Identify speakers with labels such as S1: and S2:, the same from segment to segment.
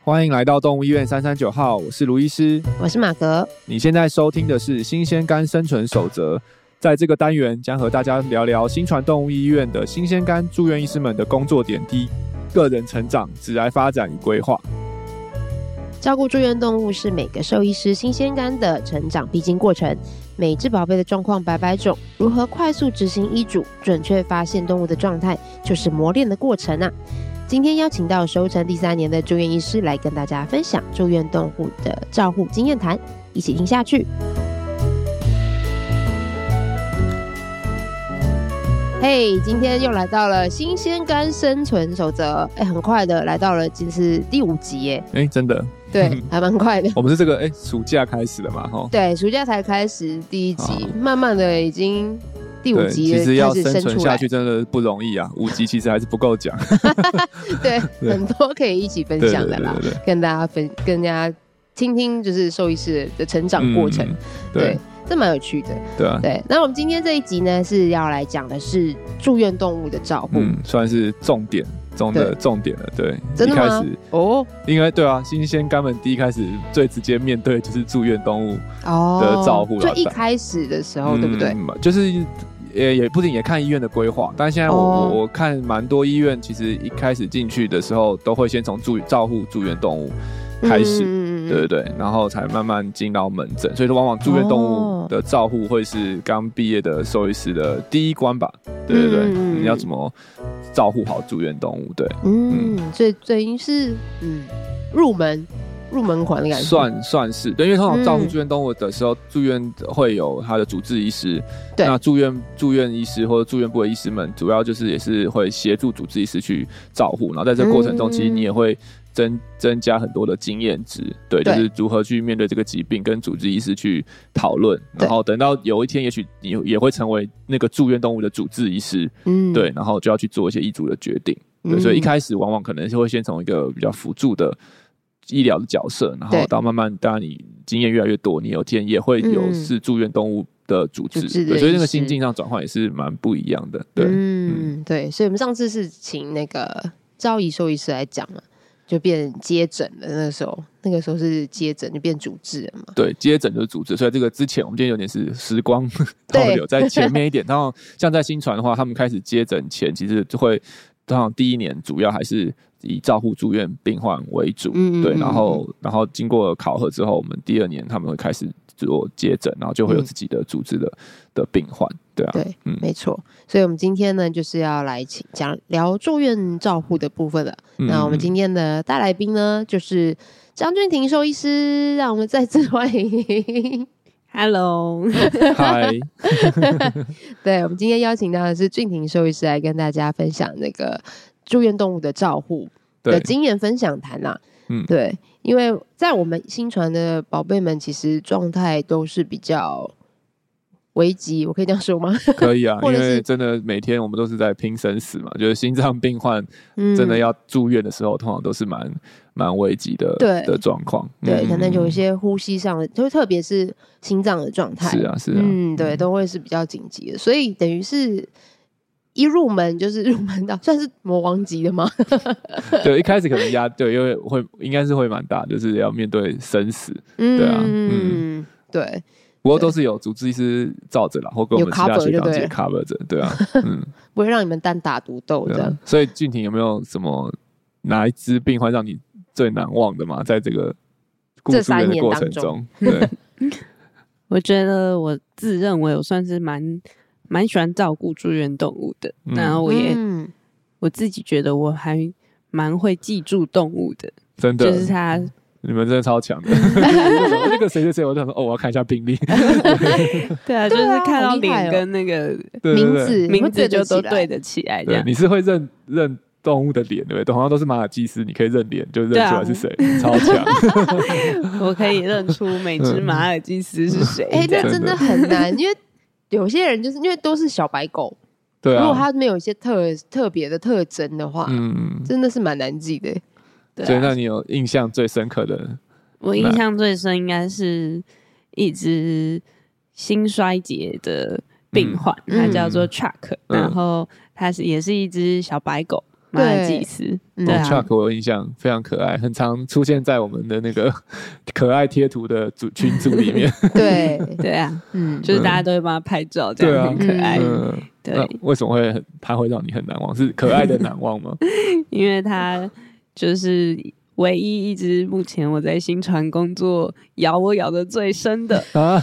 S1: 欢迎来到动物医院339号，我是卢医师，
S2: 我是马格。
S1: 你现在收听的是新鲜肝生存守则，在这个单元将和大家聊聊新传动物医院的新鲜肝住院医师们的工作点滴、个人成长、职涯发展与规划。
S2: 照顾住院动物是每个兽医师新鲜肝的成长必经过程，每只宝贝的状况百百种，如何快速执行医嘱，准确发现动物的状态，就是磨练的过程啊。今天邀请到收成第3年的住院医师来跟大家分享住院动物的照护经验谈，一起听下去。嘿，今天又来到了新鲜肝生存守则，很快的来到了今次第5集耶。
S1: 真的
S2: 对，还蛮快的。
S1: 我们是这个暑假开始的嘛，
S2: 对，暑假才开始第1集，慢慢的已经第5集
S1: 其实要生存下去真的不容易啊，5集其实还是不够讲。
S2: 对，很多可以一起分享的啦，跟大家听听就是兽医师的成长过程。对，这蛮有趣的。
S1: 对啊，
S2: 对。那我们今天这一集呢，是要来讲的是住院动物的照顾，
S1: 算是重点中的重点了。对，
S2: 真的吗？
S1: 一开始因为对啊，新鲜肝们第一开始最直接面对就是住院动物的照护，
S2: 就一开始的时候，对不对？
S1: 就是也不仅也看医院的规划，但现在我看蛮多医院，其实一开始进去的时候都会先从照护住院动物开始，对对对，然后才慢慢进到门诊，所以说往往住院动物的照护会是刚毕业的兽医师的第一关吧，对对对，你要怎么照护好住院动物？对，
S2: 所以等于是入门款的感觉，
S1: 算是对，因为通常照顾住院动物的时候，住院会有他的主治医师，那住院医师或者住院部的医师们，主要就是也是会协助主治医师去照护，然后在这个过程中，其实你也会增加很多的经验值，对，就是如何去面对这个疾病，跟主治医师去讨论，然后等到有一天，也许你也会成为那个住院动物的主治医师，对，然后就要去做一些医嘱的决定，对，所以一开始往往可能是会先从一个比较辅助的医疗的角色，然后到慢慢，当然你经验越来越多，你有天也会有是住院动物的主治，对，所以那个心境上转换也是蛮不一样的，对，
S2: 对，所以我们上次是请那个昭仪兽医师来讲嘛，就变接诊了，那个时候是接诊就变主治了嘛，对，
S1: 接诊就是主治，所以这个之前我们今天有点是时光倒流在前面一点，然后像在新传的话，他们开始接诊前，其实就会通常第1年主要还是以照护住院病患为主，对，然后经过考核之后，我们第2年他们会开始做接诊，然后就会有自己的主治的病患，对啊，
S2: 对，没错。所以我们今天呢，就是要来聊住院照护的部分了。那我们今天的大来宾呢，就是张俊廷兽医师，让我们再次欢迎。
S3: Hello，
S1: 嗨，
S2: 对，我们今天邀请到的是俊廷兽医师来跟大家分享那个住院动物的照护的经验分享谈啦。对，因为在我们新传的宝贝们，其实状态都是比较危急，我可以这样说吗？
S1: 可以啊，因为真的每天我们都是在拼生死嘛，就是心脏病患真的要住院的时候，通常都是蛮危急的状况。
S2: 对，可能有一些呼吸上的，就特别是心脏的状态，
S1: 是啊，
S2: 对，都会是比较紧急的，所以等于是一入门就是入门到算是魔王级的吗？
S1: 对，一开始可能对，因为应该是会蛮大，就是要面对生死，对啊，
S2: 对。
S1: 不过都是有主治医师罩着啦，或跟我们其他学长姐 cover 着，对啊，
S2: 不会让你们单打独斗这样。
S1: 所以俊廷有没有什么哪一支病患让你最难忘的吗？在这个顾住院的过程中，对，
S3: 我觉得我自认为我算是蛮喜欢照顾住院动物的，然后我自己觉得我还蛮会记住动物的，
S1: 真的，
S3: 就是他。
S1: 你们真的超强的，那个谁谁谁，我就想说，我要看一下病历。
S3: 对啊，就是看到脸跟那个名字就都对得起来。
S1: 对，你是会认动物的脸，对不对？好像都是马尔济斯，你可以认脸就认出来是谁，超强。
S3: 我可以认出每只马尔济斯是谁。
S2: 那真的很难，因为有些人就是因为都是小白狗，
S1: 对啊，
S2: 如果它没有一些特别的特征的话，真的是蛮难记的。
S1: 所以，那你有印象最深刻的？
S3: 我印象最深应该是一只心衰竭的病患，它叫做 Chuck，然后它也是一只小白狗， 马尔济斯。对啊
S1: Chuck 我有印象，非常可爱，很常出现在我们的那个可爱贴图的群组里面。
S2: 对
S3: 对啊，就是大家都会帮他拍照，这样很可爱。对，
S1: 为什么他会让你很难忘？是可爱的难忘吗？
S3: 因为他就是唯一一只目前我在新传工作咬我咬的最深的
S1: 啊！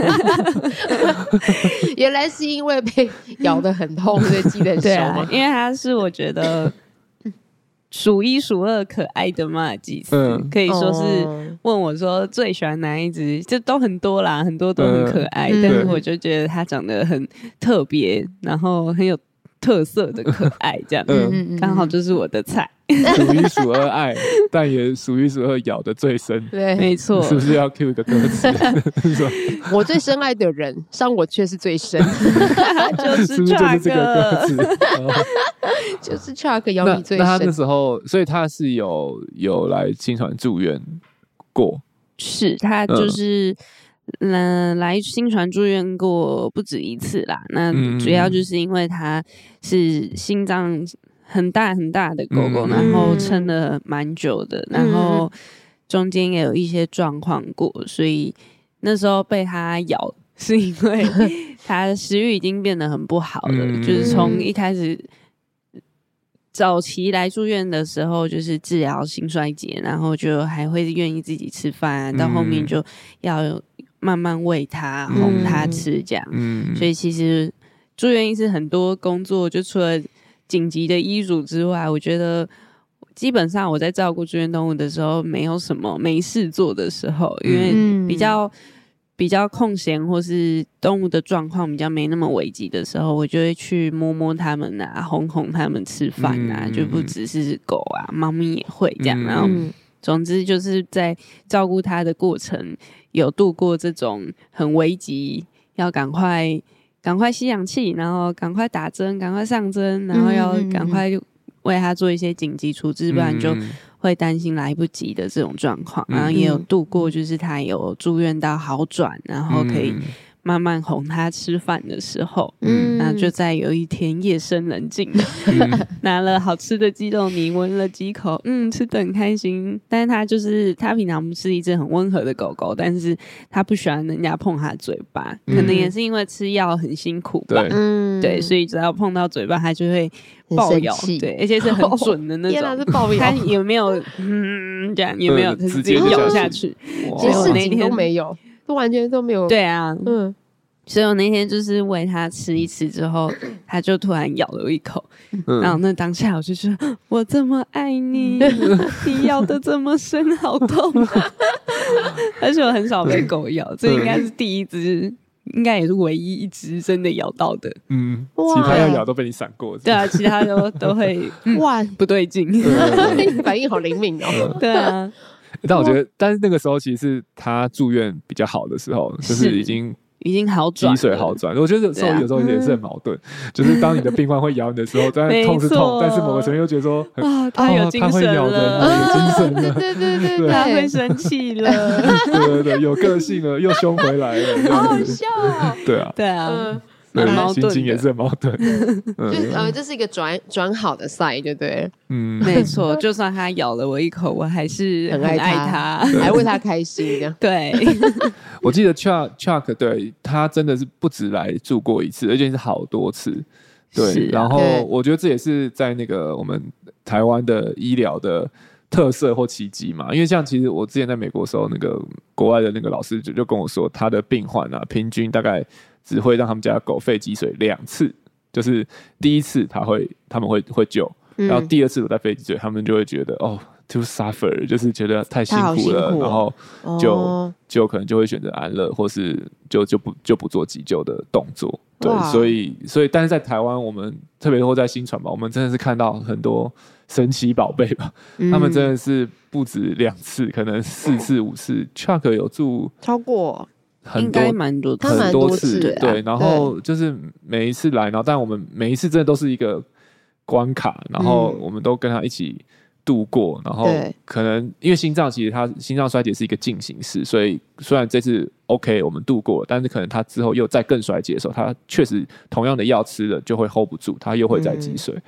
S2: 原来是因为被咬得很痛，所以记得很熟吗？
S3: 因为他是我觉得数一数二可爱的马尔济斯，可以说是问我说最喜欢哪一只，就都很多啦，很多都很可爱，但是我就觉得它长得很特别，然后很有特色的可爱，这样刚好就是我的菜。
S1: 数一数二爱，但也数一数二咬的最深。
S3: 对，没错。
S1: 是不是要 cue 一个歌词？
S2: 我最深爱的人，伤我却是最深。
S3: 就是 Chuck，
S1: 这个歌词，
S2: 就是 Chuck 咬你最深。
S1: 那他那时候，所以他是有来新传住院过。
S3: 是他就是来新传住院过不止一次啦。那主要就是因为他是心脏很大很大的狗狗，然后撑了蛮久的，然后中间也有一些状况过，所以那时候被它咬是因为它的食欲已经变得很不好了，就是从一开始早期来住院的时候就是治疗心衰竭，然后就还会愿意自己吃饭到后面就要慢慢喂它哄它吃这样，所以其实住院医师很多工作就除了紧急的医嘱之外，我觉得基本上我在照顾住院动物的时候没有什么没事做的时候，因为比较空闲或是动物的状况比较没那么危急的时候，我就会去摸摸它们啊，哄哄它们吃饭啊，就不只是狗啊，猫咪也会这样，然后总之就是在照顾它的过程有度过这种很危急，要赶快吸氧气，然后赶快打针，赶快上针，然后要赶快为他做一些紧急处置，不然就会担心来不及的这种状况。然后也有度过，就是他有住院到好转，然后可以慢慢哄他吃饭的时候，那就在有一天夜深人静，拿了好吃的鸡肉泥，闻了几口，吃得很开心。但是他平常是一只很温和的狗狗，但是他不喜欢人家碰他嘴巴，可能也是因为吃药很辛苦吧，对，所以只要碰到嘴巴，他就会爆咬，对，而且是很准的那种，
S2: 是爆咬，
S3: 他有没有这样也没有，他是直接咬下去，
S2: 其实那天都没有。都完全都没有，
S3: 对啊，所以我那天就是喂它吃一吃之后，它就突然咬了一口，然后那当下我就说：“我这么爱你，你咬得这么深，好痛！”而且我很少被狗咬，这应该是第一只，应该也是唯一一只真的咬到的。
S1: 其他要咬都被你闪过。
S3: 对啊，其他都会哇不对劲，
S2: 反应好灵敏哦。
S3: 对啊。
S1: 但我觉得，但是那个时候其实是他住院比较好的时候，就是已经
S3: 好转，
S1: 积水好转。我觉得兽医有时候也是很矛盾，就是当你的病患会咬你的时候，但痛是痛，但是某个层面又觉得说，
S3: 他有精神了，
S1: 有精神了，
S2: 对，
S3: 他会生气了，
S1: 对，有个性了，又凶回来了，
S2: 好好笑啊！
S3: 对啊。
S1: 心情也是很矛盾，
S2: 就是这是一个转好的赛，对不对？
S3: 没错，就算他咬了我一口，我还是很爱他，
S2: 还为他开心这样。
S3: 对，
S1: 我记得 Chuck 对他真的是不止来住过一次，而且是好多次。对，然后我觉得这也是在那个我们台湾的医疗的特色或奇迹嘛，因为像其实我之前在美国的时候，那个国外的那个老师就跟我说，他的病患啊，平均大概只会让他们家的狗肺积水2次，就是第一次他们会救，然后第二次我在肺积水，他们就会觉得too suffer， 就是觉得太辛苦了，然后就可能就会选择安乐，或是就不做急救的动作。对，所以但是在台湾，我们特别或在新传吧，我们真的是看到很多神奇宝贝吧，他们真的是不止2次，可能4次5次。Chuck 有住
S2: 超过。
S3: 应该蛮多次，
S1: 很多次，对，然后就是每一次来，然后但我们每一次真的都是一个关卡，然后我们都跟他一起度过，然后可能因为心脏其实他心脏衰竭是一个进行式，所以虽然这次 OK 我们度过了，但是可能他之后又再更衰竭的时候，他确实同样的药吃了就会 hold 不住，他又会再积水。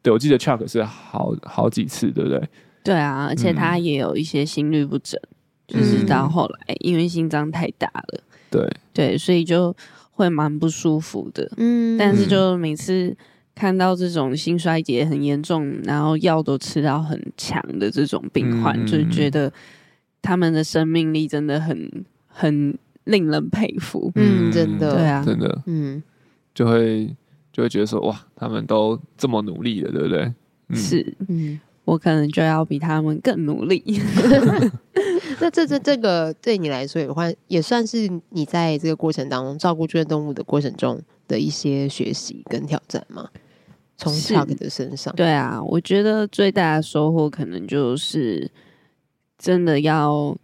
S1: 对，我记得 Chuck 是好几次，对不对？
S3: 对啊，而且他也有一些心律不整，就是到后来因为心脏太大了，对，所以就会蛮不舒服的。但是就每次看到这种心衰竭很严重，然后药都吃到很强的这种病患，就觉得他们的生命力真的很令人佩服。
S2: 真的，
S3: 对啊，
S1: 真的，就会觉得说，哇，他们都这么努力了，对不对？
S3: 是，我可能就要比他们更努力。
S2: 那这个对你来说也算是你在这个过程当中照顾住院动物的过程中的一些学习跟挑战吗？从 Chuck 的身上，
S3: 对啊，我觉得最大的收获可能就是真的要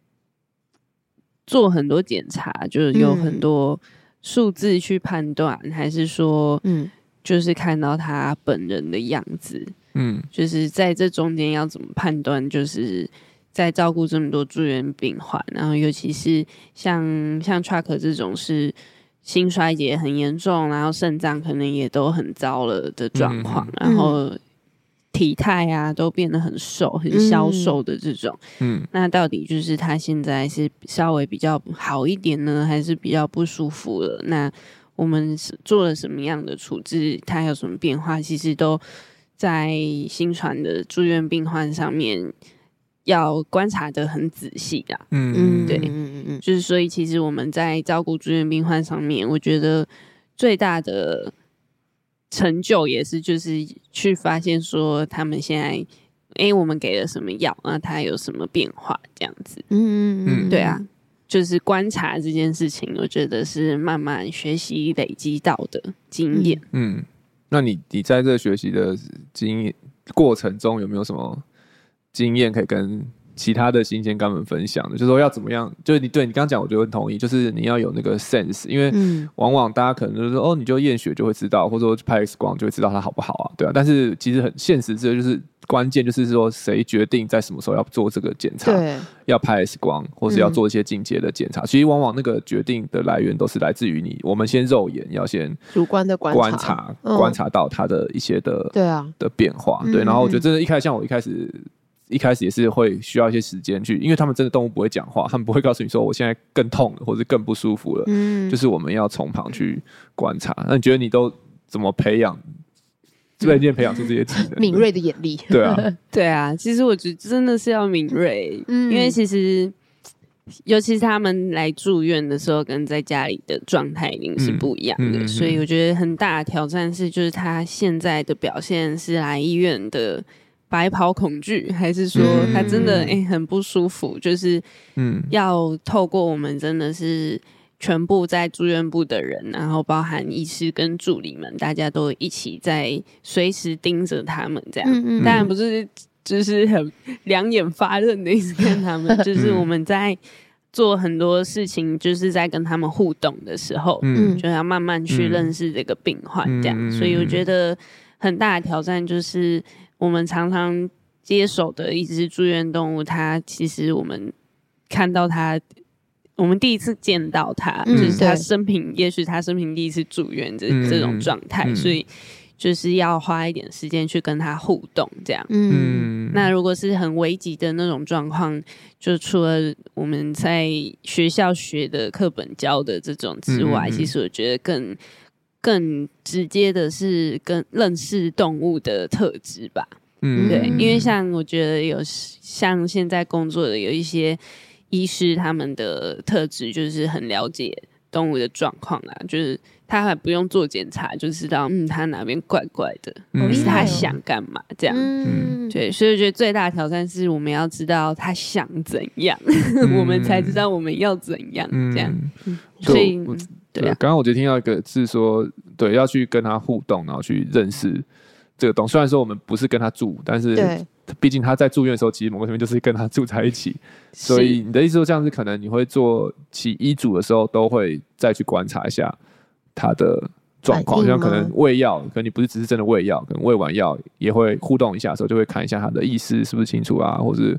S3: 做很多检查，就是有很多数字去判断，还是说，就是看到他本人的样子，就是在这中间要怎么判断，就是在照顾这么多住院病患，然后尤其是像 Chuck 这种是心衰竭很严重，然后肾脏可能也都很糟了的状况，然后体态啊都变得很瘦很消瘦的这种，那到底就是他现在是稍微比较好一点呢，还是比较不舒服了？那我们做了什么样的处置，他有什么变化，其实都在心传的住院病患上面要观察得很仔细啦。对，就是所以其实我们在照顾住院病患上面，我觉得最大的成就也是就是去发现说他们现在我们给了什么药，那他有什么变化这样子。对啊，就是观察这件事情，我觉得是慢慢学习累积到的经验。
S1: 那你在这个学习的经验过程中，有没有什么经验可以跟其他的新鲜肝们分享的？就是说要怎么样，就是你刚刚讲，我觉得很同意，就是你要有那个 sense， 因为往往大家可能就是说，你就验血就会知道，或者说拍 X 光就会知道它好不好啊，对啊。但是其实很现实，这就是关键，就是说谁决定在什么时候要做这个检查，要拍 X 光，或是要做一些进阶的检查。其实往往那个决定的来源都是来自于我们先肉眼要先
S2: 主观的观
S1: 察到它的一些的的变化。对，然后我觉得真的像我一开始也是会需要一些时间去，因为他们真的动物不会讲话，他们不会告诉你说我现在更痛了或者更不舒服了，就是我们要从旁去观察。那你觉得你都怎么培养渐渐培养出这些技能？
S2: 敏锐的眼力。
S1: 对啊，
S3: 对啊，其实我觉得真的是要敏锐，因为其实尤其是他们来住院的时候，跟在家里的状态一定是不一样的，所以我觉得很大的挑战是，就是他现在的表现是来医院的白袍恐惧，还是说他真的很不舒服，就是要透过我们真的是全部在住院部的人，然后包含医师跟助理们，大家都一起在随时盯着他们这样。当然不是就是很两眼发愣的一直看他们，就是我们在做很多事情，就是在跟他们互动的时候，就要慢慢去认识这个病患这样。所以我觉得很大的挑战就是我们常常接手的一只住院动物，它其实我们看到它，我们第一次见到它，就是它生平，也许它生平第一次住院这种状态，所以就是要花一点时间去跟它互动，这样。那如果是很危急的那种状况，就除了我们在学校学的课本教的这种之外，其实我觉得更直接的是跟认识动物的特质吧。对，因为像我觉得像现在工作的有一些医师，他们的特质就是很了解动物的状况啊，就是他还不用做检查就知道他哪边怪怪的，是他想干嘛这样。对，所以我觉得最大的挑战是我们要知道他想怎样，我们才知道我们要怎样这样。所以对，
S1: 刚刚我就听到一个是说，对，要去跟他互动，然后去认识这个东西。虽然说我们不是跟他住，但是毕竟他在住院的时候，其实某个层面就是跟他住在一起。所以你的意思说，这样子可能你会做起医嘱的时候，都会再去观察一下他的状况，像可能喂药，可能你不是只是真的喂药，可能喂完药也会互动一下的时候，就会看一下他的意识是不是清楚啊，或是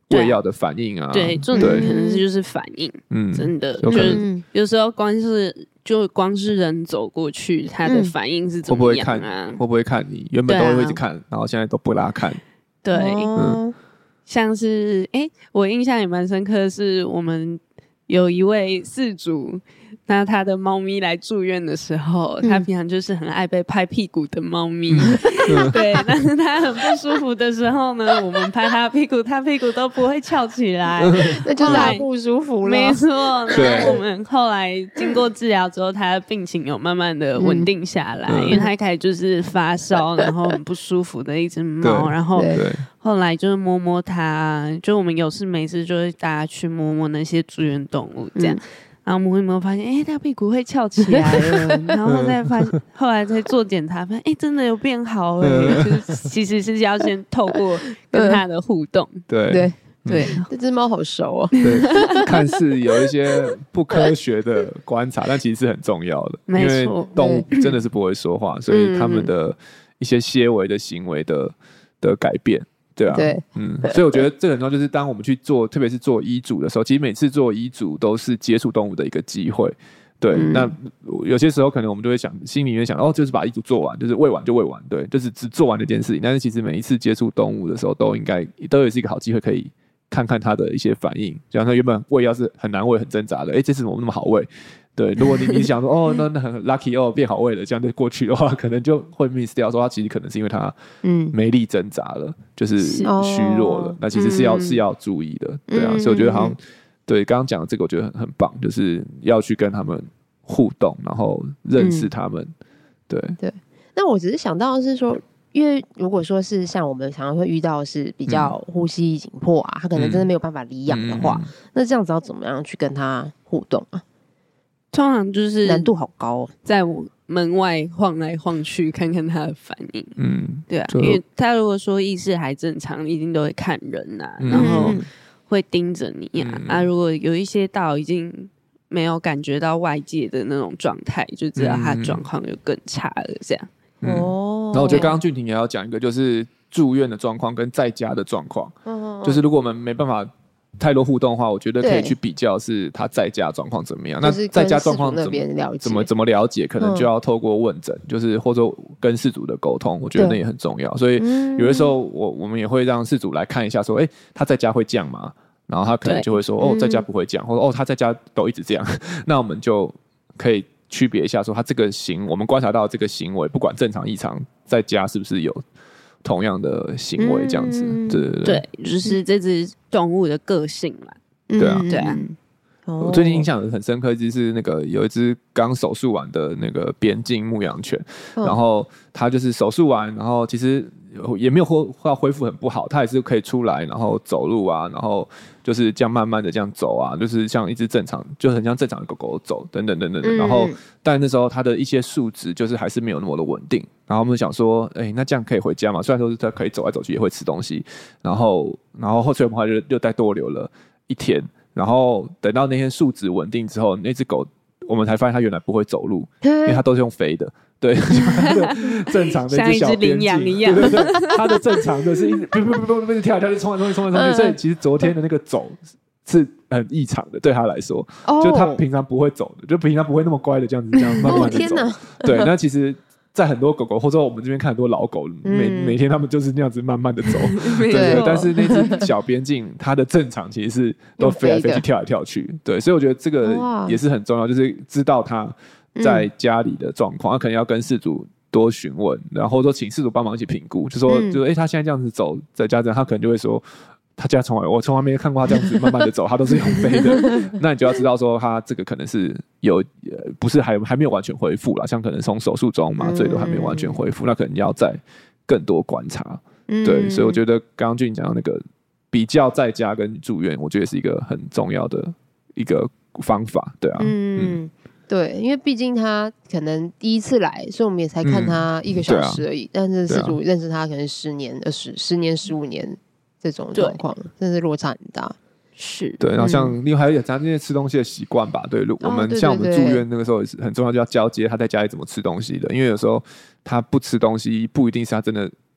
S1: 喂药的反应啊，
S3: 对，重点可能是就是反应，真的就是有时候光是人走过去，他的反应是怎么样啊？
S1: 会不会看你？原本都会一直看，然后现在都不拉看。
S3: 对，像是我印象也蛮深刻的是，我们有一位饲主。那他的猫咪来住院的时候，他平常就是很爱被拍屁股的猫咪，对。但是他很不舒服的时候呢，我们拍他屁股，他屁股都不会翘起来，
S2: 那就是他不舒服了。
S3: 没错。那我们后来经过治疗之后，他的病情有慢慢的稳定下来，因为他一开始就是发烧，然后很不舒服的一只猫，然后后来就是摸摸它，就我们有事没事就会带他去摸摸那些住院动物这样。然后摸一摸，发现它屁股会翘起来了，然后再发现，后来再做检查，发现真的有变好就是其实是要先透过跟它的互动，
S2: 对，这只猫好熟哦，
S1: 对，看似有一些不科学的观察，但其实是很重要的，因为动物真的是不会说话，所以他们的一些些微的行为的改变。对啊，所以我觉得这个很重要，就是当我们去做，特别是做医嘱的时候，其实每次做医嘱都是接触动物的一个机会。对，那有些时候可能我们就会想，心里面想，就是把医嘱做完，就是喂完就喂完，对，就是只做完这件事情。但是其实每一次接触动物的时候，都也是一个好机会，可以看看它的一些反应。就像它原本喂药是很难喂、很挣扎的，这次怎么那么好喂？对，如果你想说那很 lucky 变好喂了，这样就过去的话，可能就会 miss 掉说它其实可能是因为它没力挣扎了，就是虚弱了，那其实是要注意的，对啊，所以我觉得好像对刚刚讲的这个我觉得很棒，就是要去跟他们互动，然后认识他们，对。
S2: 那我只是想到的是说，因为如果说是像我们常常会遇到的是比较呼吸紧迫啊，他可能真的没有办法离氧的话，那这样子要怎么样去跟他互动啊？
S3: 通常就是
S2: 难度好高哦，
S3: 在我门外晃来晃去，看看他的反应。对啊，因为他如果说意识还正常，一定都会看人啊，然后会盯着你啊。如果有一些到已经没有感觉到外界的那种状态，就知道他状况就更差了。这样
S1: 然后我觉得刚刚俊廷也要讲一个，就是住院的状况跟在家的状况。就是如果我们没办法太多互动的话，我觉得可以去比较是他在家状况怎么样。那在家状况怎么了解，可能就要透过问诊，就是或者跟饲主的沟通，我觉得那也很重要。所以有的时候我们也会让饲主来看一下说，他在家会这样吗？然后他可能就会说，在家不会这样，或者他在家都一直这样。那我们就可以区别一下说，他这个我们观察到这个行为，不管正常异常，在家是不是有同样的行为这样子。对，
S3: 就是这只动物的个性嘛。
S1: 对啊。
S2: 我
S1: 最近印象很深刻，就是那个有一只刚手术完的那个边境牧羊犬，然后它就是手术完，然后其实也没有恢复很不好，它也是可以出来，然后走路啊，然后就是这样慢慢的这样走啊，就是像一只正常，就很像正常的狗狗走等等等等。然后但那时候它的一些数值就是还是没有那么的稳定，然后我们想说，那这样可以回家嘛？虽然说是它可以走来走去，也会吃东西，然后后来我们后来就再多留了1天。然后等到那天数值稳定之后，那只狗我们才发现它原来不会走路，因为它都是用飞的。对，正常的一只小边境，像一只羚羊一样。对，它的正常的是一直跳来跳去，冲来冲去。所以其实昨天的那个走是很异常的，对它来说，就它平常不会走的，就平常不会那么乖的这样子，这样慢慢的走。天哪！对，那其实。在很多狗狗，或者我们这边看很多老狗，每天他们就是那样子慢慢的走，对。但是那只小边境，它的正常其实是都飞来飞去、跳来跳去，对。所以我觉得这个也是很重要，就是知道它在家里的状况，可能要跟饲主多询问，然后说请饲主帮忙一起评估，就说他现在这样子走，在家这样，他可能就会说。他家我从来没看过他这样子慢慢的走，他都是用飞的。那你就要知道说，他这个可能是有不是还没有完全恢复啦，像可能从手术中麻醉都还没有完全恢复，那可能要再更多观察。对，所以我觉得刚刚俊讲到那个比较在家跟住院，我觉得是一个很重要的一个方法。对啊，
S2: 对，因为毕竟他可能第一次来，所以我们也才看他1个小时而已，但是饲主认识他可能10年、10年、15年。这种状况真是落差很大，
S3: 是
S1: 对。然后像另外还有咱这些吃东西的习惯吧，对，我们像我们住院那个时候也是很重要，就要交接他在家里怎么吃东西的，因为有时候他不吃东西，不一定是他真的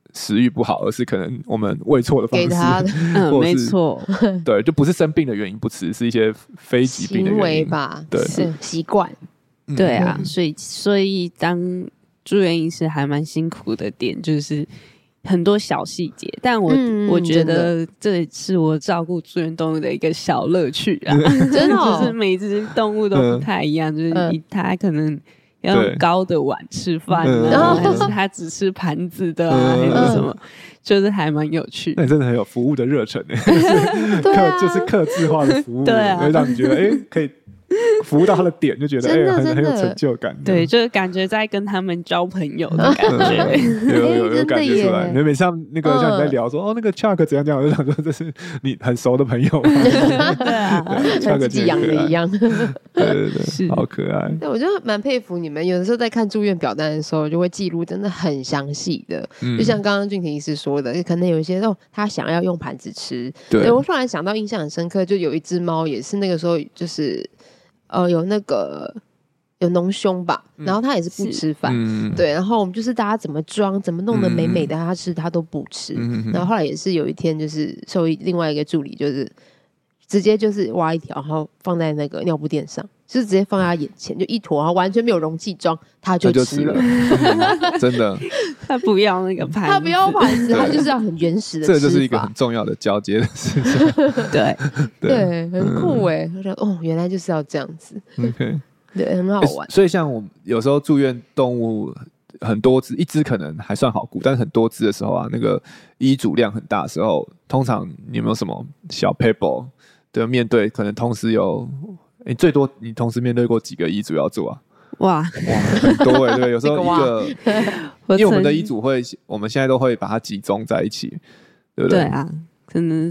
S1: 食欲不好，而是可能我们喂错的方式，
S2: 给他的
S3: 没错，
S1: 对，就不是生病的原因不吃，是一些非疾病的原因
S2: 行为吧，
S1: 对，
S2: 是习惯，
S3: 对啊，所以当住院医师还蛮辛苦的点就是很多小细节，但我觉得这是我照顾住院动物的一个小乐趣啊，
S2: 真的
S3: 就是每只动物都不太一样，就是它可能要用高的碗吃饭啊，还是它只吃盘子的啊，还是什么，就是还蛮有趣的。
S1: 那你真的很有服务的热忱就是客制化的服务，
S3: 对啊，
S1: 会让你觉得可以服务到他的点，就觉得很有成就感。
S3: 对，就是感觉在跟他们交朋友的感觉，
S1: 有感觉出来。每像那个像你在聊说那个 Chuck 怎样怎样，我就想说这是你很熟的朋友嘛，
S2: 对啊，像自己养的一样。
S1: 对，是好可爱。
S2: 对，我就蛮佩服你们，有的时候在看住院表单的时候，就会记录真的很详细的，就像刚刚俊廷医师说的，可能有一些他想要用盘子吃。对，我突然想到印象很深刻，就有一只猫也是那个时候就是有脓胸吧，然后他也是不吃饭，对，然后我们就是大家怎么装怎么弄得美美的，他吃他都不吃，然后后来也是有一天就是另外一个助理就是直接就是挖一条，然后放在那个尿布垫上，就是直接放在他眼前就一坨，然后完全没有容器装，他就吃了，
S1: 真的，
S3: 他不要那个盘子，
S2: 他不要盘子，他就是要很原始的吃法，
S1: 这就是一个很重要的交接的事情，
S2: 对，很酷哎，我说原来就是要这样子
S1: ，OK。
S2: 对，很好玩。
S1: 所以像我们有时候住院动物很多只，一只可能还算好顾，但是很多只的时候啊，那个医嘱量很大的时候，通常你有没有什么小 paper 的面对？可能同时最多你同时面对过几个医嘱要做啊？
S3: 哇，
S1: 很多对，有时候一个，因为我们的医嘱我们现在都会把它集中在一起，对不对？
S3: 对啊，可能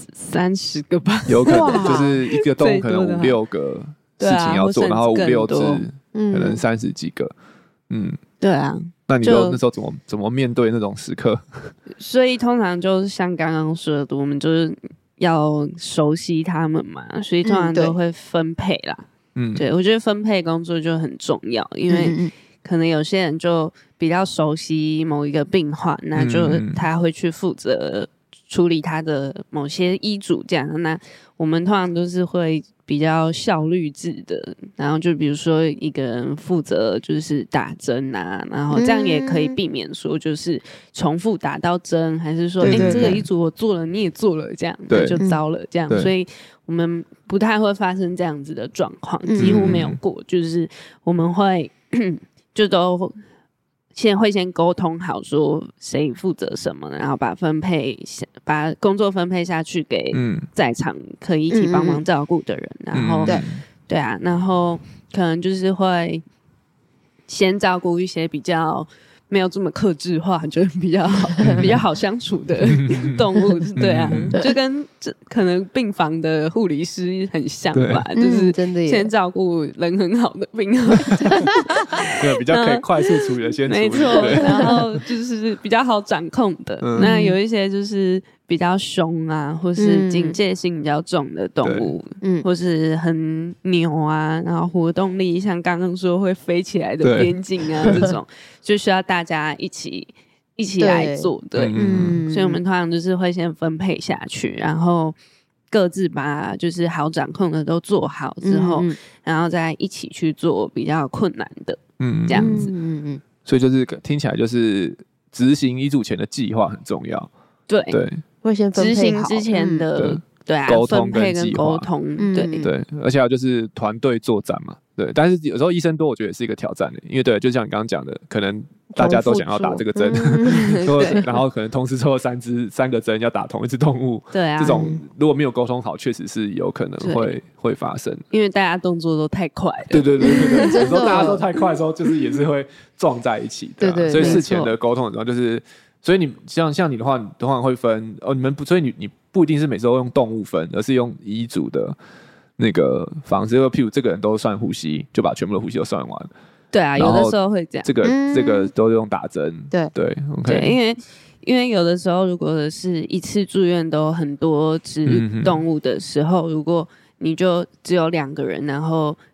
S3: 30个吧，
S1: 有可能就是一个动物可能5、6个。事情要做，然后5、6只，可能30几个，
S3: 对啊。
S1: 那你那时候怎么面对那种时刻？
S3: 所以通常就是像刚刚说的，我们就是要熟悉他们嘛，所以通常都会分配啦。对，我觉得分配工作就很重要，因为可能有些人就比较熟悉某一个病患，那就他会去负责处理他的某些医嘱，这样。那我们通常都是会比较效率制的，然后就比如说一个人负责就是打针啊，然后这样也可以避免说就是重复打到针，还是说这个医嘱我做了你也做了，这样就糟了这样，所以我们不太会发生这样子的状况，几乎没有过，就是我们会就都会先沟通好说谁负责什么，然后把工作分配下去给在场可以一起帮忙照顾的人，然后对啊，然后可能就是会先照顾一些比较没有这么客制化，就是比较好相处的动物，对啊，就跟可能病房的护理师很像吧，就是先照顾人很好的病患，
S1: 对，比较可以快速处理的先处理，
S3: 没错，然后就是比较好掌控的。那有一些就是比较凶啊，或是警戒性比较重的动物，或是很牛啊，然后活动力像刚刚说会飞起来的边境啊，这种就需要大家一起来做，对，所以我们通常就是会先分配下去，然后各自把就是好掌控的都做好之后，然后再一起去做比较困难的，这样子，
S1: 所以就是听起来就是执行医嘱前的计划很重要，
S3: 对。
S2: 会先分配好
S3: 执行之前的对啊，
S1: 沟通
S3: 跟沟通，
S1: 对，而且还有就是团队作战嘛，对，但是有时候医生多，我觉得也是一个挑战的，因为对，就像你刚刚讲的，可能大家都想要打这个针，然后可能同时抽3个针要打同一只动物，
S3: 对啊，
S1: 这种如果没有沟通好，确实是有可能会发生，因
S3: 为大家动作都太快了，
S1: 对，有时候大家都太快的时候，就是也是会撞在一起的，对，所以事前的沟通很重要，就是。所以你像你的话，你通常会分你们不，所以你不一定是每次都用动物分，而是用医嘱的那个方式，譬如这个人都算呼吸，就把全部的呼吸都算完。
S3: 对啊，有的时候会这样。
S1: 这个都用打针。对
S3: ，OK。对，因为有的时候如果是一次住院都很多只动物的时候，如果你就只有2个人，然后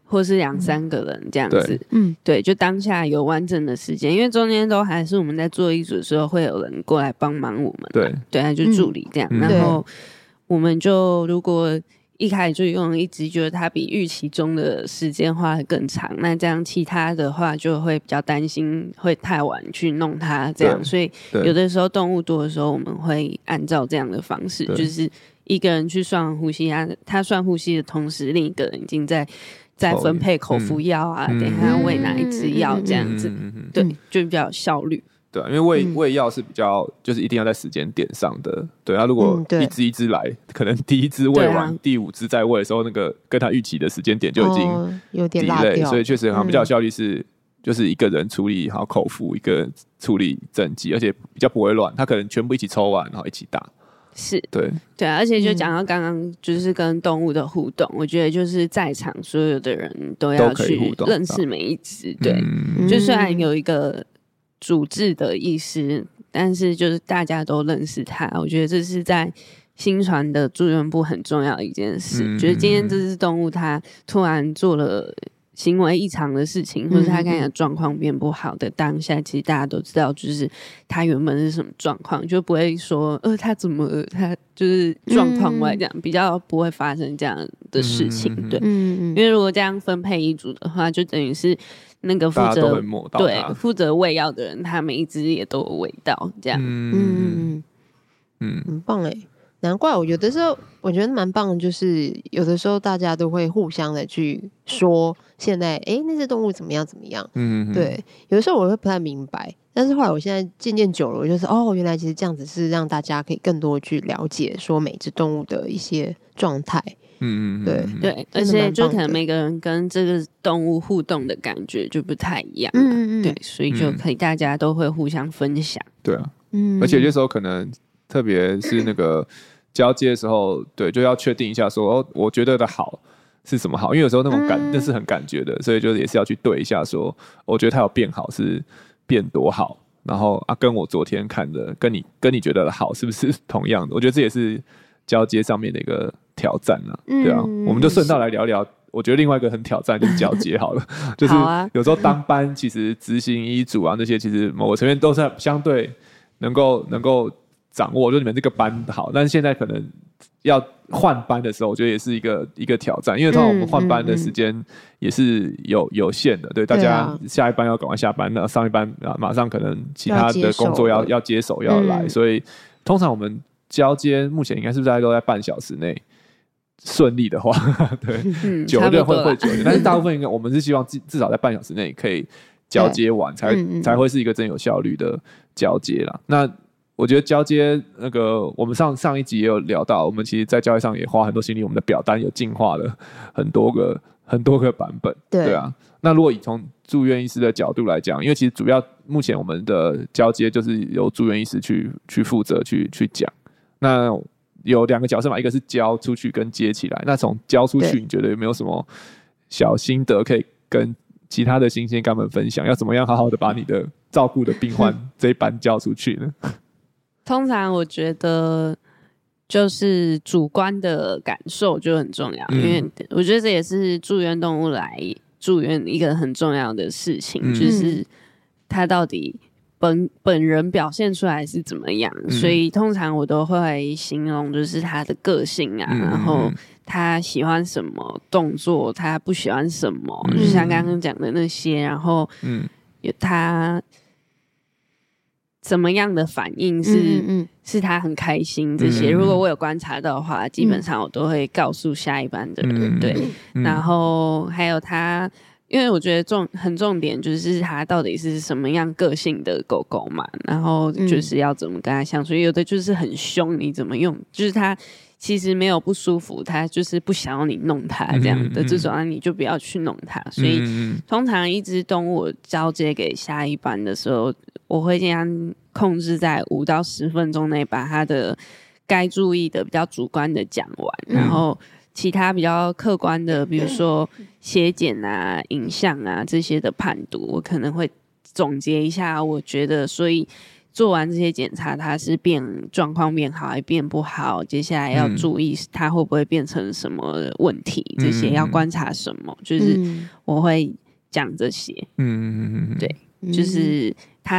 S3: 或是2-3个人这样子，对，就当下有完整的时间，因为中间都还是我们在做一组的时候会有人过来帮忙我们，对，就助理这样，然后我们就如果一开始就用一直觉得它比预期中的时间花得更长，那这样其他的话就会比较担心会太晚去弄它这样，所以有的时候动物多的时候我们会按照这样的方式，就是一个人去算呼吸，他算呼吸的同时另一个人已经在分配口服药啊，等一下要喂哪一支药这样子，对，就比较有效率。
S1: 对，因为喂药是比较就是一定要在时间点上的，对，他如果一支一支来，可能第一支喂完，第5支再喂的时候，那个跟他预期的时间点就已经
S2: 有点拉掉，
S1: 所以确实比较有效率是就是一个人处理好口服，一个人处理整剂，而且比较不会乱，他可能全部一起抽完然后一起打。
S3: 是
S1: 对
S3: 啊，而且就讲到刚刚就是跟动物的互动，我觉得就是在场所有的人都要去认识每一只，对，就虽然有一个主治的医师，但是就是大家都认识他，我觉得这是在心传的住院部很重要的一件事，就是今天这只动物它突然做了行为异常的事情，或者他看起来状况变不好的当下，其实大家都知道，就是他原本是什么状况，就不会说他怎么了，他就是状况外这样，比较不会发生这样的事情，对，因为如果这样分配一组的话，就等于是那个负责喂药的人，他每一只也都有喂到，这样，
S2: 很棒哎。难怪我有的时候我觉得蛮棒的，就是有的时候大家都会互相的去说现在那只动物怎么样怎么样，对，有的时候我会不太明白，但是后来我现在渐渐久了，我就是原来其实这样子是让大家可以更多去了解说每只动物的一些状态，
S3: 对，而且就可能每个人跟这个动物互动的感觉就不太一样，对，所以就可以大家都会互相分享，
S1: 对啊，而且有些时候可能特别是那个交接的时候，对，就要确定一下说我觉得的好是什么好，因为有时候那种那是很感觉的，所以就也是要去对一下说我觉得它有变好是变多好，然后跟我昨天看的跟你觉得的好是不是同样的，我觉得这也是交接上面的一个挑战啊，对啊，我们就顺道来聊聊，我觉得另外一个很挑战就是交接好了，就是有时候当班其实执行医嘱啊那些，其实某个层面都是相对能够掌握，就你们这个班好，但是现在可能要换班的时候，我觉得也是一个挑战，因为通常我们换班的时间也是有限的，对，大家下一班要赶快下班，那上一班马上可能其他的工作要接手要来，所以通常我们交接目前应该是不是大家都在半小时内，顺利的话，对，久的会久一点，但是大部分应该我们是希望至少在半小时内可以交接完，才会是一个真有效率的交接啦。那我觉得交接那个，我们上一集也有聊到，我们其实在交接上也花很多心力，我们的表单有进化了很多个版本，对啊。那如果以从住院医师的角度来讲，因为其实主要目前我们的交接就是由住院医师去负责去讲。那有2个角色嘛，一个是交出去跟接起来。那从交出去，你觉得有没有什么小心得可以跟其他的新鲜肝们分享？要怎么样好好的把你的照顾的病患这一班交出去呢？
S3: 通常我觉得就是主观的感受就很重要，因为我觉得这也是住院动物来住院一个很重要的事情，就是他到底本人表现出来是怎么样，所以通常我都会形容就是他的个性啊，然后他喜欢什么动作，他不喜欢什么，就像刚刚讲的那些，然后他怎么样的反应是他很开心这些，如果我有观察到的话，基本上我都会告诉下一班的人，对，然后还有他，因为我觉得很重点就是他到底是什么样个性的狗狗嘛，然后就是要怎么跟他相处，有的就是很凶，你怎么用，就是他其实没有不舒服，他就是不想要你弄他这样的这种，你就不要去弄他。所以通常一只动物交接给下一班的时候，我会尽量控制在5到10分钟内把他的该注意的比较主观的讲完，然后其他比较客观的，比如说血检啊、影像啊这些的判读，我可能会总结一下，我觉得所以做完这些检查，它是状况变好还变不好，接下来要注意它会不会变成什么问题，这些要观察什么，就是我会讲这些。对，就是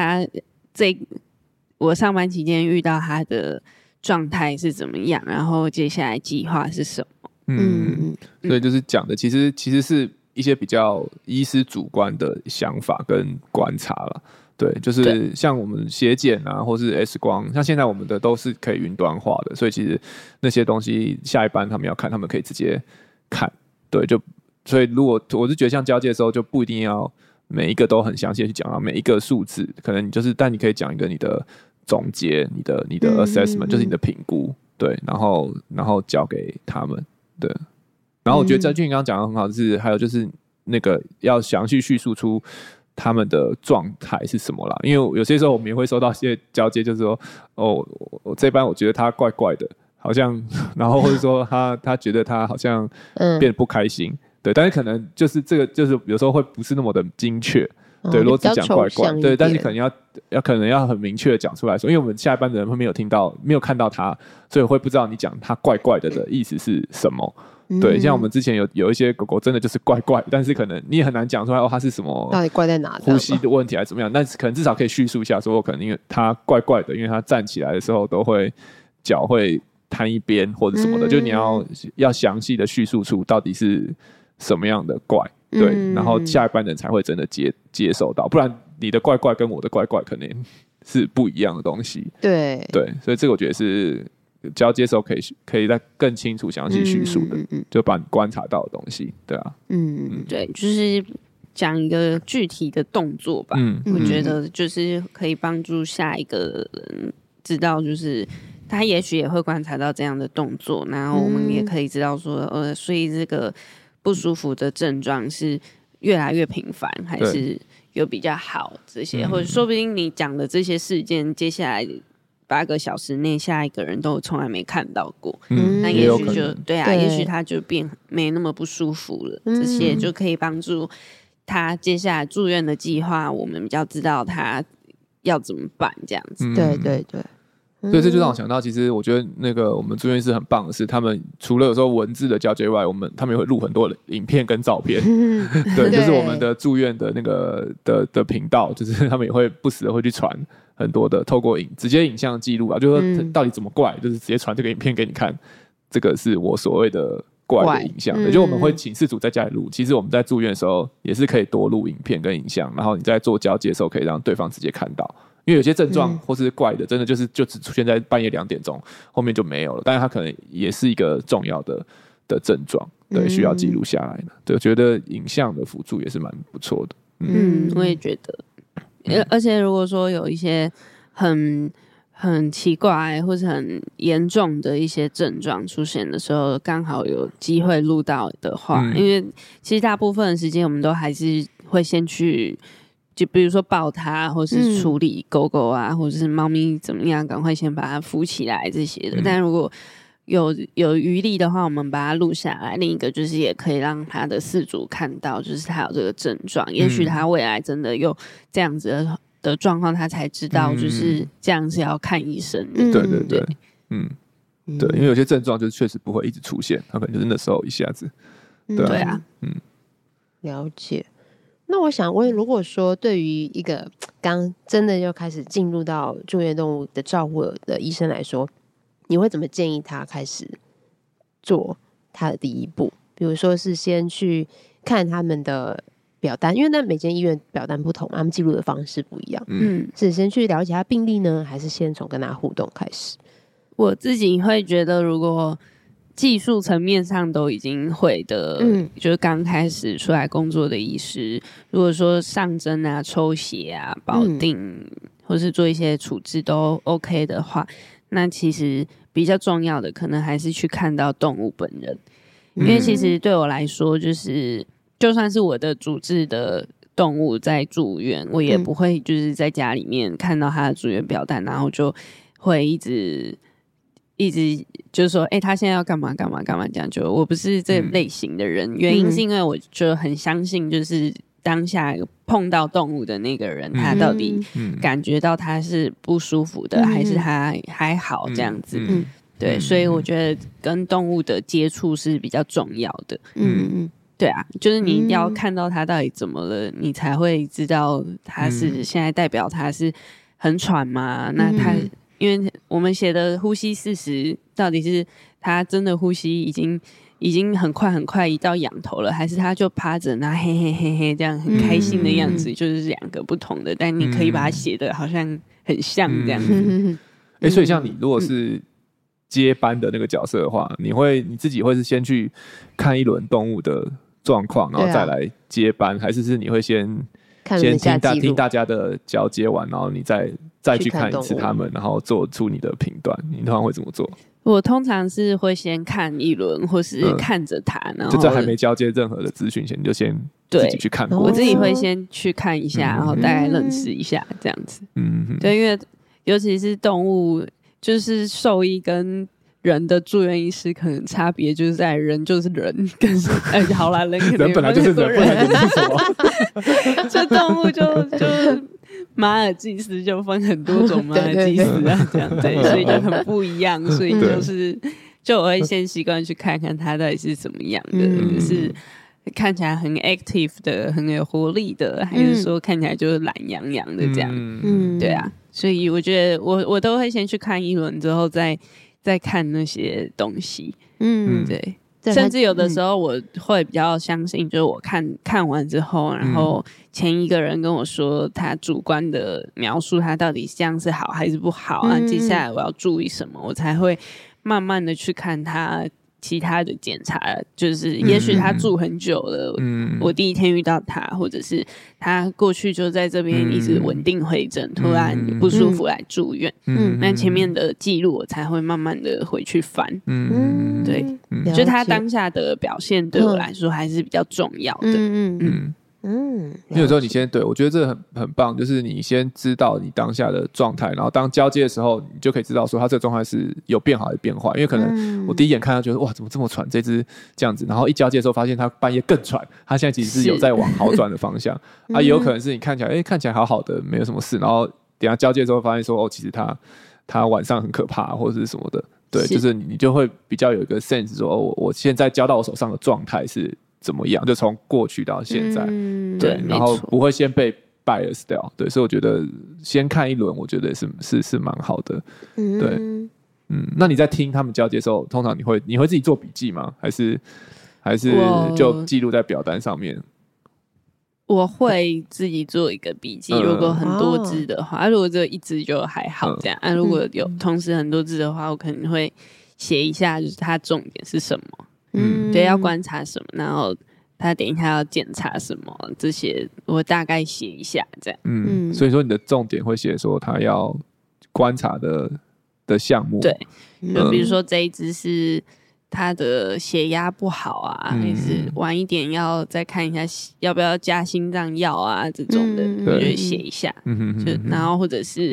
S3: 我上班期间遇到他的状态是怎么样，然后接下来计划是什么。
S1: 所以就是讲的其实是一些比较医师主观的想法跟观察啦。对，就是像我们血检啊，或是 X 光，像现在我们的都是可以云端化的，所以其实那些东西下一班他们要看，他们可以直接看。对，所以如果我是觉得像交接的时候，就不一定要每一个都很详细的去讲到每一个数字，可能但你可以讲一个你的总结，你的 assessment，就是你的评估，对，然后交给他们，对。然后我觉得张俊刚刚讲的很好，是还有就是那个要详细叙述出他们的状态是什么啦，因为有些时候我们也会收到一些交接，就是说，我这班我觉得他怪怪的，好像，然后或者说他觉得他好像变得不开心，对，但是可能就是这个就是有时候会不是那么的精确，对，如果只讲怪怪，对，但是可能要很明确的讲出来说，因为我们下一班的人会没有看到他，所以会不知道你讲他怪怪的意思是什么。对，像我们之前有一些狗狗真的就是怪怪，但是可能你也很难讲出来它是什么，
S2: 到底怪在哪？
S1: 呼吸的问题还是怎么样？但是可能至少可以叙述一下，说可能因为它怪怪的，因为它站起来的时候都会脚会摊一边或者什么的，就你要详细的叙述出到底是什么样的怪，对，然后下一班人才会真的接受到，不然你的怪怪跟我的怪怪可能是不一样的东西。对，所以这个我觉得是。交接的时候可以再更清楚详细叙述的，就把你观察到的东西，对啊，
S3: 对，就是讲一个具体的动作吧，我觉得就是可以帮助下一个人知道，就是他也许也会观察到这样的动作，然后我们也可以知道说，所以这个不舒服的症状是越来越频繁，还是有比较好这些，或者说不定你讲的这些事件，接下来8个小时内下一个人都从来没看到过，那也许就对啊，也许他就变没那么不舒服了，这些就可以帮助他接下来住院的计划，我们比较知道他要怎么办这样子。
S2: 对，
S1: 所以这就让我想到，其实我觉得那个我们住院医师很棒的是，他们除了有时候文字的交接外，他们也会录很多的影片跟照片。对，就是我们的住院的那个的频道，就是他们也会不时的会去传很多的透过直接影像记录啊，就是说到底怎么怪，就是直接传这个影片给你看，这个是我所谓的怪的影像的。就我们会请饲主在家里录，其实我们在住院的时候也是可以多录影片跟影像，然后你在做交接的时候可以让对方直接看到。因为有些症状或是怪的，真的就只出现在半夜2点钟，后面就没有了。但是它可能也是一个重要的症状，对，需要记录下来的。对，我觉得影像的辅助也是蛮不错的。
S3: 我也觉得。而且如果说有一些很奇怪或是很严重的一些症状出现的时候，刚好有机会录到的话，因为其实大部分的时间我们都还是会先去。就比如说抱它，或是处理狗狗啊，或者是猫咪怎么样，赶快先把它扶起来这些的。但如果有余力的话，我们把它录下来。另一个就是也可以让他的饲主看到，就是他有这个症状。也许他未来真的有这样子的状况，他才知道就是这样是要看医生的。
S1: 对，对，因为有些症状就确实不会一直出现，他可能就是那时候一下子。
S3: 对啊，
S2: 了解。那我想问，如果说对于一个刚真的要开始进入到住院动物的照护的医生来说，你会怎么建议他开始做他的第一步？比如说是先去看他们的表单，因为那每间医院表单不同，他们记录的方式不一样。是先去了解他病历呢，还是先从跟他互动开始？
S3: 我自己会觉得，如果技术层面上都已经会的，就是刚开始出来工作的医师，如果说上针啊、抽血啊、保定，或是做一些处置都 OK 的话，那其实比较重要的可能还是去看到动物本人，因为其实对我来说，就是就算是我的主治的动物在住院，我也不会就是在家里面看到他的住院表单，然后就会一直就是说，他现在要干嘛干嘛干嘛这样，就我不是这类型的人。原因是因为我就很相信，就是当下碰到动物的那个人，他到底感觉到他是不舒服的，还是他还好这样子。对，所以我觉得跟动物的接触是比较重要的。对啊，就是你要看到他到底怎么了，你才会知道他是现在代表他是很喘吗？那他因为我们写的呼吸40到底是他真的呼吸已经很快很快移到仰头了，还是他就趴着然后嘿嘿嘿嘿这样很开心的样子，就是两个不同的，但你可以把它写的好像很像这样子。
S1: 所以像你如果是接班的那个角色的话，你自己会是先去看一轮动物的状况，然后再来接班，还是你会先听大家的交接完，然后你再去看一次他们，然后做出你的评断？你通常会怎么做？
S3: 我通常是会先看一轮，或是看着他，然后
S1: 就在还没交接任何的资讯前，你就先自己去看过。
S3: 我自己会先去看一下，然后大概认识一下这样子。对，因为尤其是动物，就是兽医跟人的住院医师可能差别就是在人就是人，但是好啦，人
S1: 本来就是人，不然你是什么？
S3: 这动物就马尔济斯就分很多种马尔济斯啊，这样对，所以就很不一样，所以就我会先习惯去看看它到底是怎么样的，就是看起来很 active 的、很有活力的，还是说看起来就是懒洋洋的这样？对啊，所以我觉得我都会先去看一轮之后再看那些东西。对。甚至有的时候我会比较相信，就是我看完之后，然后前一个人跟我说他主观的描述，他到底这样是好还是不好，那接下来我要注意什么，我才会慢慢的去看他其他的检查，就是也许他住很久了，我第一天遇到他，或者是他过去就在这边一直稳定回诊，突然不舒服来住院，那前面的记录我才会慢慢的回去翻。对，就他当下的表现对我来说还是比较重要的。
S1: 因为有时候你先我觉得这很棒，就是你先知道你当下的状态，然后当交接的时候，你就可以知道说他这个状态是有变好还是变坏。因为可能我第一眼看到觉得哇怎么这么喘，这只这样子，然后一交接的时候发现他半夜更喘，他现在其实是有在往好转的方向也有可能是你看起来好好的没有什么事，然后等一下交接的时候发现说其实他晚上很可怕或者是什么的。对，就是你就会比较有一个 sense 说我现在交到我手上的状态是怎么样，就从过去到现在。对，然后不会先被 bias 掉。对，所以我觉得先看一轮我觉得是蛮好的。对，那你在听他们交接的时候，通常你会自己做笔记吗？还是就记录在表单上面？
S3: 我会自己做一个笔记，如果很多字的话，如果只有一字就还好这样。如果有同时很多字的话，我可能会写一下，就是它重点是什么，对，要观察什么，然后他等一下要检查什么，这些我大概写一下这样。
S1: 所以说你的重点会写说他要观察的项目。
S3: 对，就比如说这一只是他的血压不好啊，还是晚一点要再看一下要不要加心脏药啊这种的，我就写一下。就然后或者是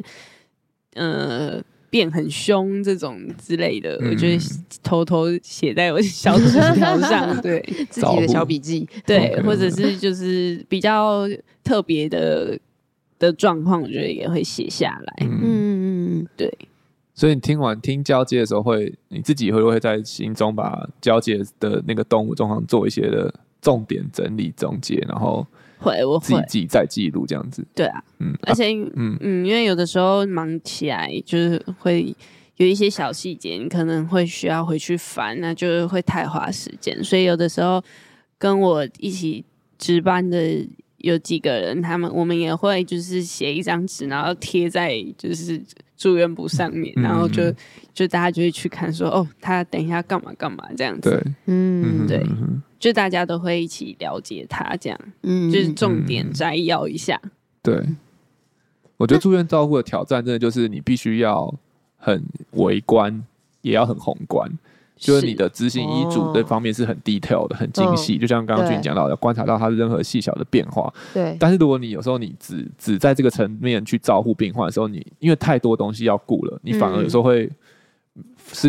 S3: 变很凶这种之类的，我就偷偷写在我小纸条上，对，
S2: 自己的小笔记，
S3: 对，或者是就是比较特别的状况，我觉得也会写下来。对。
S1: 所以你听交接的时候你自己会不会在心中把交接的那个动物状况做一些的重点整理总结，然后
S3: 我会
S1: 自己再记录这样子？
S3: 对啊，而且因为有的时候忙起来，就是会有一些小细节，你可能会需要回去翻，那就会太花时间。所以有的时候跟我一起值班的有几个人，我们也会就是写一张纸，然后贴在就是住院部上面，然后就大家就会去看说他等一下干嘛干嘛这样子。对，对，就大家都会一起了解他这样，就是重点摘要一下。
S1: 对，我觉得住院照护的挑战真的就是你必须要很微观，也要很宏观。就是你的执行医嘱这方面是很 detail 的，很精细，就像刚刚俊讲到的，观察到它任何细小的变化。
S2: 对。
S1: 但是如果你有时候你只在这个层面去照护病患的时候，你因为太多东西要顾了，你反而有时候会失去了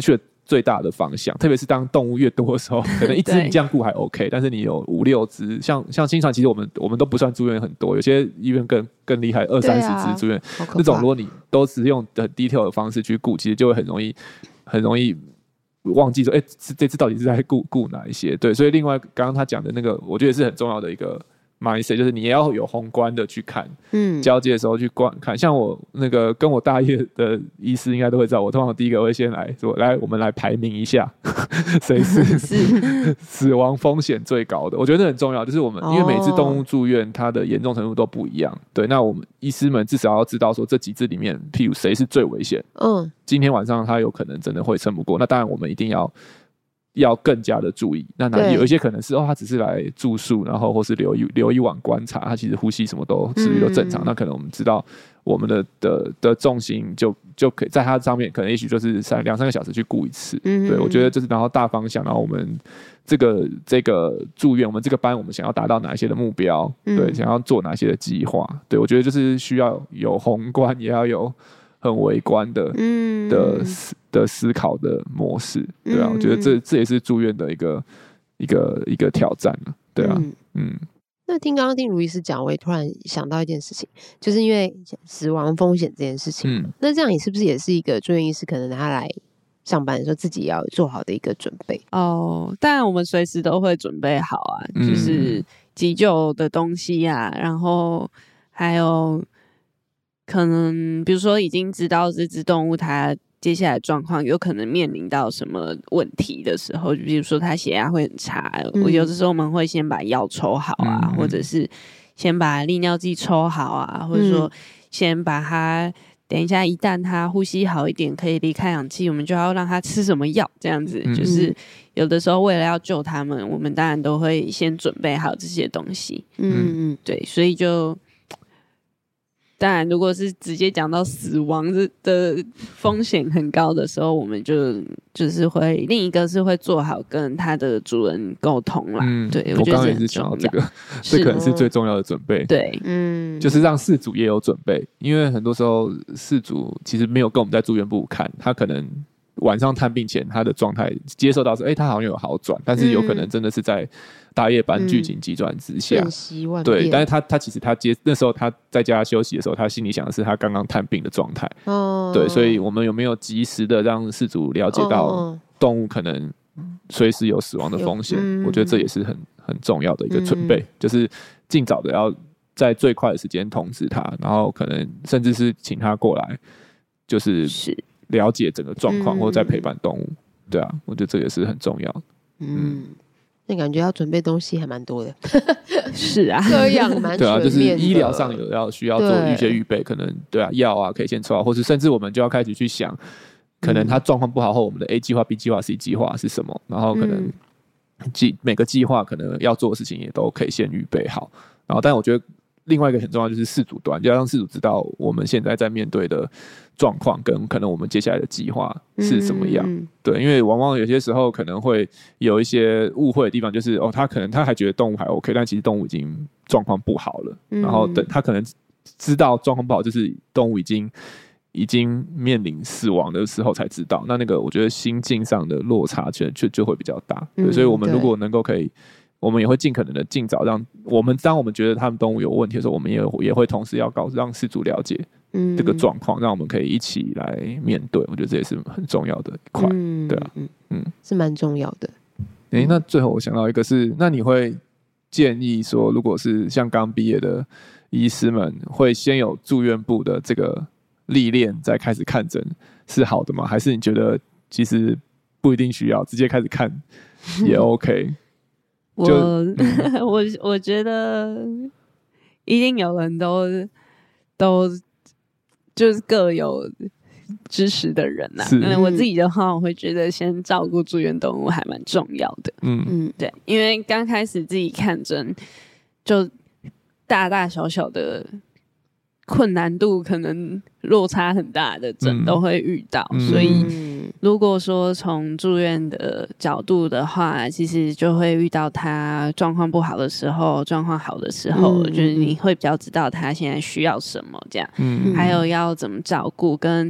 S1: 最大的方向，特别是当动物越多的时候，可能一只你这样顾还 OK， 但是你有5-6只，像新传，其实我们都不算住院很多，有些医院更厉害，20-30只住院，那种如果你都只用很 detail 的方式去顾，其实就会很容易忘记说，这次到底是在顾哪一些？对，所以另外刚刚他讲的那个，我觉得也是很重要的一个mindset， 就是你也要有宏观的去看，交接的时候去看。像我那个跟我大业的医师应该都会知道，我通常第一个会先来说，我们来排名一下，谁是死亡风险最高的。我觉得这很重要，就是我们因为每只动物住院，它的严重程度都不一样。对，那我们医师们至少要知道说这几只里面，譬如谁是最危险。今天晚上他有可能真的会撑不过，那当然我们一定要更加的注意。那有一些可能是他只是来住宿，然后或是留一晚观察，他其实呼吸什么都持续都正常。那可能我们知道我们的重心就可以在他上面，可能也许就是2-3个小时去顾一次。对，我觉得就是然后大方向，然后我们这个住院，我们这个班我们想要达到哪一些的目标，对，想要做哪些的计划。对，我觉得就是需要有宏观，也要有很微观的思考的模式，对啊，我觉得这也是住院的一个挑战，对啊，
S2: 那刚刚听卢医师讲，我也突然想到一件事情，就是因为死亡风险这件事情，那这样你是不是也是一个住院医师，可能他来上班的时候自己要做好的一个准备？
S3: 当然我们随时都会准备好啊，就是急救的东西啊，然后还有可能比如说已经知道这只动物它接下来状况有可能面临到什么问题的时候，比如说它血压会很差，我有的时候我们会先把药抽好啊，或者是先把利尿剂抽好啊，或者说先把它等一下一旦它呼吸好一点可以离开氧气，我们就要让它吃什么药，这样子就是有的时候为了要救它们，我们当然都会先准备好这些东西。对，所以就当然如果是直接讲到死亡的风险很高的时候，我们就是会另一个是会做好跟他的主人沟通啦。对，
S1: 我刚刚也是想到这个，这可能是最重要的准备。
S3: 对，
S1: 就是让饲主也有准备，因为很多时候饲主其实没有跟我们在住院部看，他可能晚上探病前他的状态接受到是他好像有好转，但是有可能真的是在大夜班剧情急转直下，对，但是他其实那时候他在家休息的时候，他心里想的是他刚刚探病的状态。对，所以我们有没有及时的让饲主了解到动物可能随时有死亡的风险？我觉得这也是很重要的一个准备，就是尽早的要在最快的时间通知他，然后可能甚至是请他过来，就是了解整个状况，或者在陪伴动物。对啊，我觉得这也是很重要的。
S2: 那感觉要准备东西还蛮多的。
S3: 是啊，
S2: 各样蛮全面的。
S1: 对啊，就是医疗上需要做一些预备，可能对啊，药啊可以先抽好，或是甚至我们就要开始去想，可能他状况不好后，我们的 A 计划、B 计划、C 计划是什么，然后可能每个计划可能要做的事情也都可以先预备好。然后，但我觉得另外一个很重要就是饲主端，就要让饲主知道我们现在在面对的状况跟可能我们接下来的计划是什么样。对，因为往往有些时候可能会有一些误会的地方，就是他可能他还觉得动物还 OK， 但其实动物已经状况不好了。然后等他可能知道状况不好，就是动物已经面临死亡的时候才知道，那个我觉得心境上的落差就会比较大。对，所以我们如果能够可以。我们也会尽可能的尽早当我们觉得他们动物有问题的时候，我们也会同时要让饲主了解这个状况，让我们可以一起来面对。我觉得这也是很重要的一块，对啊，
S2: 是蛮重要的。
S1: 那最后我想到一个是，那你会建议说，如果是像刚毕业的医师们，会先有住院部的这个历练，再开始看诊是好的吗？还是你觉得其实不一定需要，直接开始看也 OK？
S3: 我觉得一定有人都就是各有支持的人呐。我自己的话，我会觉得先照顾住院动物还蛮重要的。对，因为刚开始自己看诊，就大大小小的困难度可能落差很大的诊都会遇到，所以如果说从住院的角度的话，其实就会遇到他状况不好的时候，状况好的时候，就是你会比较知道他现在需要什么这样，还有要怎么照顾，跟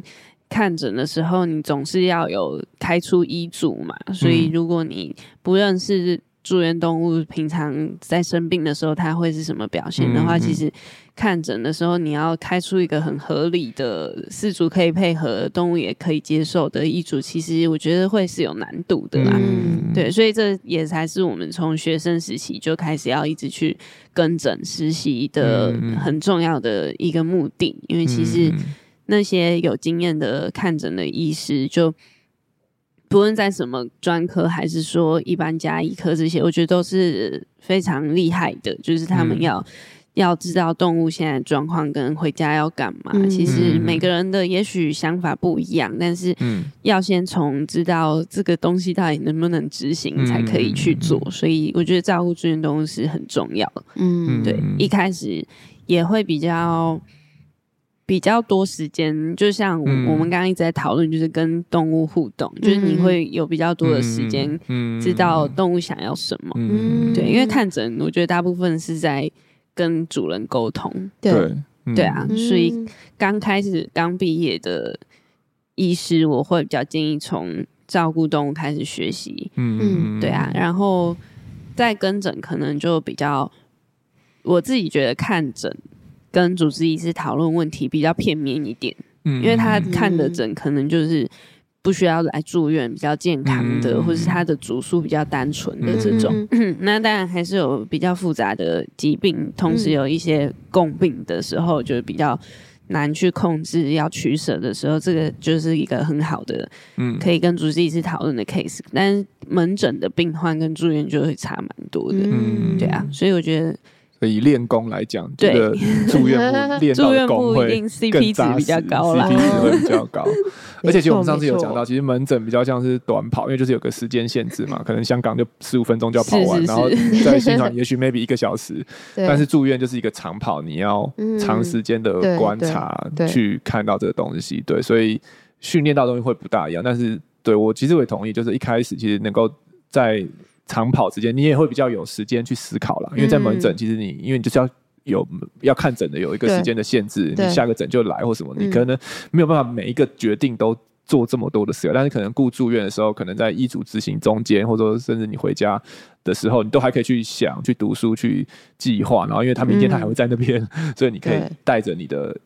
S3: 看诊的时候，你总是要有开出医嘱嘛，所以如果你不认识住院动物平常在生病的时候它会是什么表现的话，其实看诊的时候你要开出一个很合理的饲主可以配合动物也可以接受的医嘱，其实我觉得会是有难度的啦。对，所以这也才是我们从学生时期就开始要一直去跟诊实习的很重要的一个目的，因为其实那些有经验的看诊的医师，就不论在什么专科还是说一般家医科这些，我觉得都是非常厉害的，就是他们要知道动物现在的状况跟回家要干嘛。其实每个人的也许想法不一样，但是要先从知道这个东西到底能不能执行才可以去做，所以我觉得照顾住院动物是很重要的。对，一开始也会比较多时间，就像我们刚刚一直在讨论，就是跟动物互动，就是你会有比较多的时间知道动物想要什么。对，因为看诊我觉得大部分是在跟主人沟通。对啊，所以刚毕业的医师，我会比较建议从照顾动物开始学习。对啊，然后再跟诊可能就比较，我自己觉得看诊跟主治医师讨论问题比较片面一点，因为他看的诊可能就是不需要来住院，比较健康的，或是他的主诉比较单纯的这种。那当然还是有比较复杂的疾病，同时有一些共病的时候，就比较难去控制，要取舍的时候，这个就是一个很好的可以跟主治医师讨论的 case。但是门诊的病患跟住院就会差蛮多的。对啊，所以我觉得。
S1: 所以练功来讲，这个住院部练到的功会更扎实， CP 值会比较高。而且其实我们上次有讲到，其实门诊比较像是短跑，因为就是有个时间限制嘛，可能香港就15分钟就要跑完，然后在新传也许 maybe 1个小时，但是住院就是一个长跑，你要长时间的观察去看到这个东西。对，所以训练到的东西会不大一样。但是对我其实我也同意，就是一开始其实能够在长跑之间，你也会比较有时间去思考啦。因为在门诊，其实因为你就是要看诊的有一个时间的限制，你下个诊就来或什么，你可能没有办法每一个决定都做这么多的思考。但是可能顾住院的时候，可能在医嘱执行中间，或者说甚至你回家的时候，你都还可以去想、去读书、去计划。然后因为他明天他还会在那边，所以你可以带着你的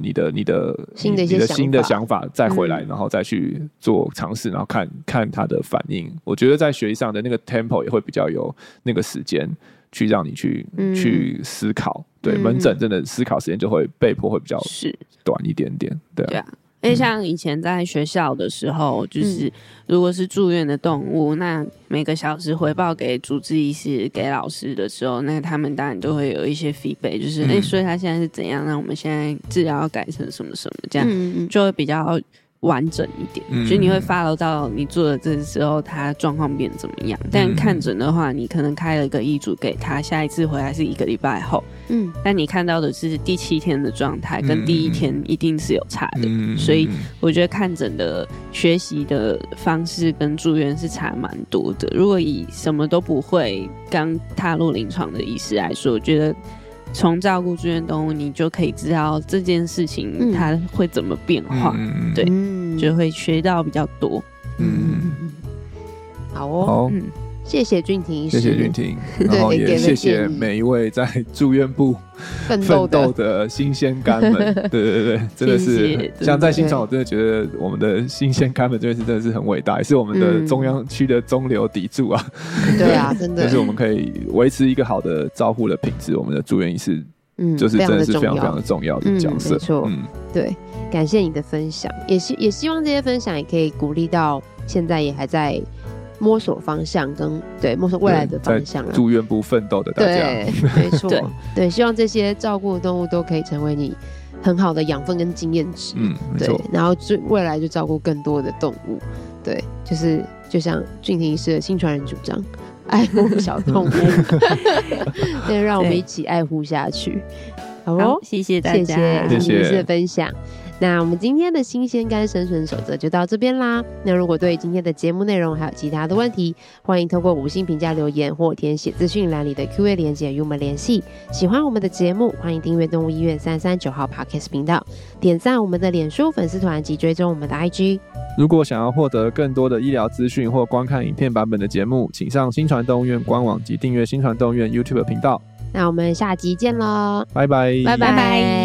S1: 新的想法再回来，然后再去做尝试，然后看他的反应。我觉得在学习上的那个 tempo 也会比较有那个时间去让你去思考。对，门诊真的思考时间就会被迫会比较短一点点。对啊。
S3: 因为像以前在学校的时候，就是如果是住院的动物，那每个小时回报给主治医师、给老师的时候，那他们当然都会有一些 feedback， 就是所以他现在是怎样，那我们现在治疗要改成什么什么，这样就会比较完整一点，就是你会 follow 到你做的这时候他状况变怎么样。但看诊的话，你可能开了一个医嘱给他，下一次回来是1个礼拜后，但你看到的是第7天的状态，跟第1天一定是有差的。所以我觉得看诊的学习的方式跟住院是差蛮多的。如果以什么都不会刚踏入临床的医师来说，我觉得从照顾住院动物，你就可以知道这件事情它会怎么变化，对，就会学到比较多。
S2: 好哦，谢谢俊廷医师，
S1: 谢谢俊廷，然后也谢谢每一位在住院部奋斗的新鲜肝们。对，真的是像在新传，我真的觉得我们的新鲜肝们真的是很伟大，也是我们的中央区的中流砥柱啊。
S2: 对啊，真的，
S1: 就是我们可以维持一个好的照护的品质，我们的住院医师就是真的是非常非常的重要的角色。
S2: 没错，对，感谢你的分享，也希望这些分享也可以鼓励到现在也还在摸索方向跟摸索未来的方向，
S1: 在住院部奋斗的大家。
S2: 对，没错，对，希望这些照顾的动物都可以成为你很好的养分跟经验值。对，然后未来就照顾更多的动物。对，就像俊廷医师的新传人主张，爱护小动物，对，让我们一起爱护下去。好，
S3: 谢谢大家，
S2: 谢谢俊廷医师的分享。 那我们今天的新鲜肝生存守则就到这边啦。那如果对今天的节目内容还有其他的问题，欢迎透过5星评价留言或填写资讯栏里的 Q&A 连结与我们联系。喜欢我们的节目，欢迎订阅动物医院339号 Podcast 频道，点赞我们的脸书粉丝团及追踪我们的 IG。
S1: 如果想要获得更多的医疗资讯或观看影片版本的节目，请上新传动物院官网及订阅新传动物院 YouTube 频道。
S2: 那我们下集见咯，
S1: 拜拜，
S3: 拜拜。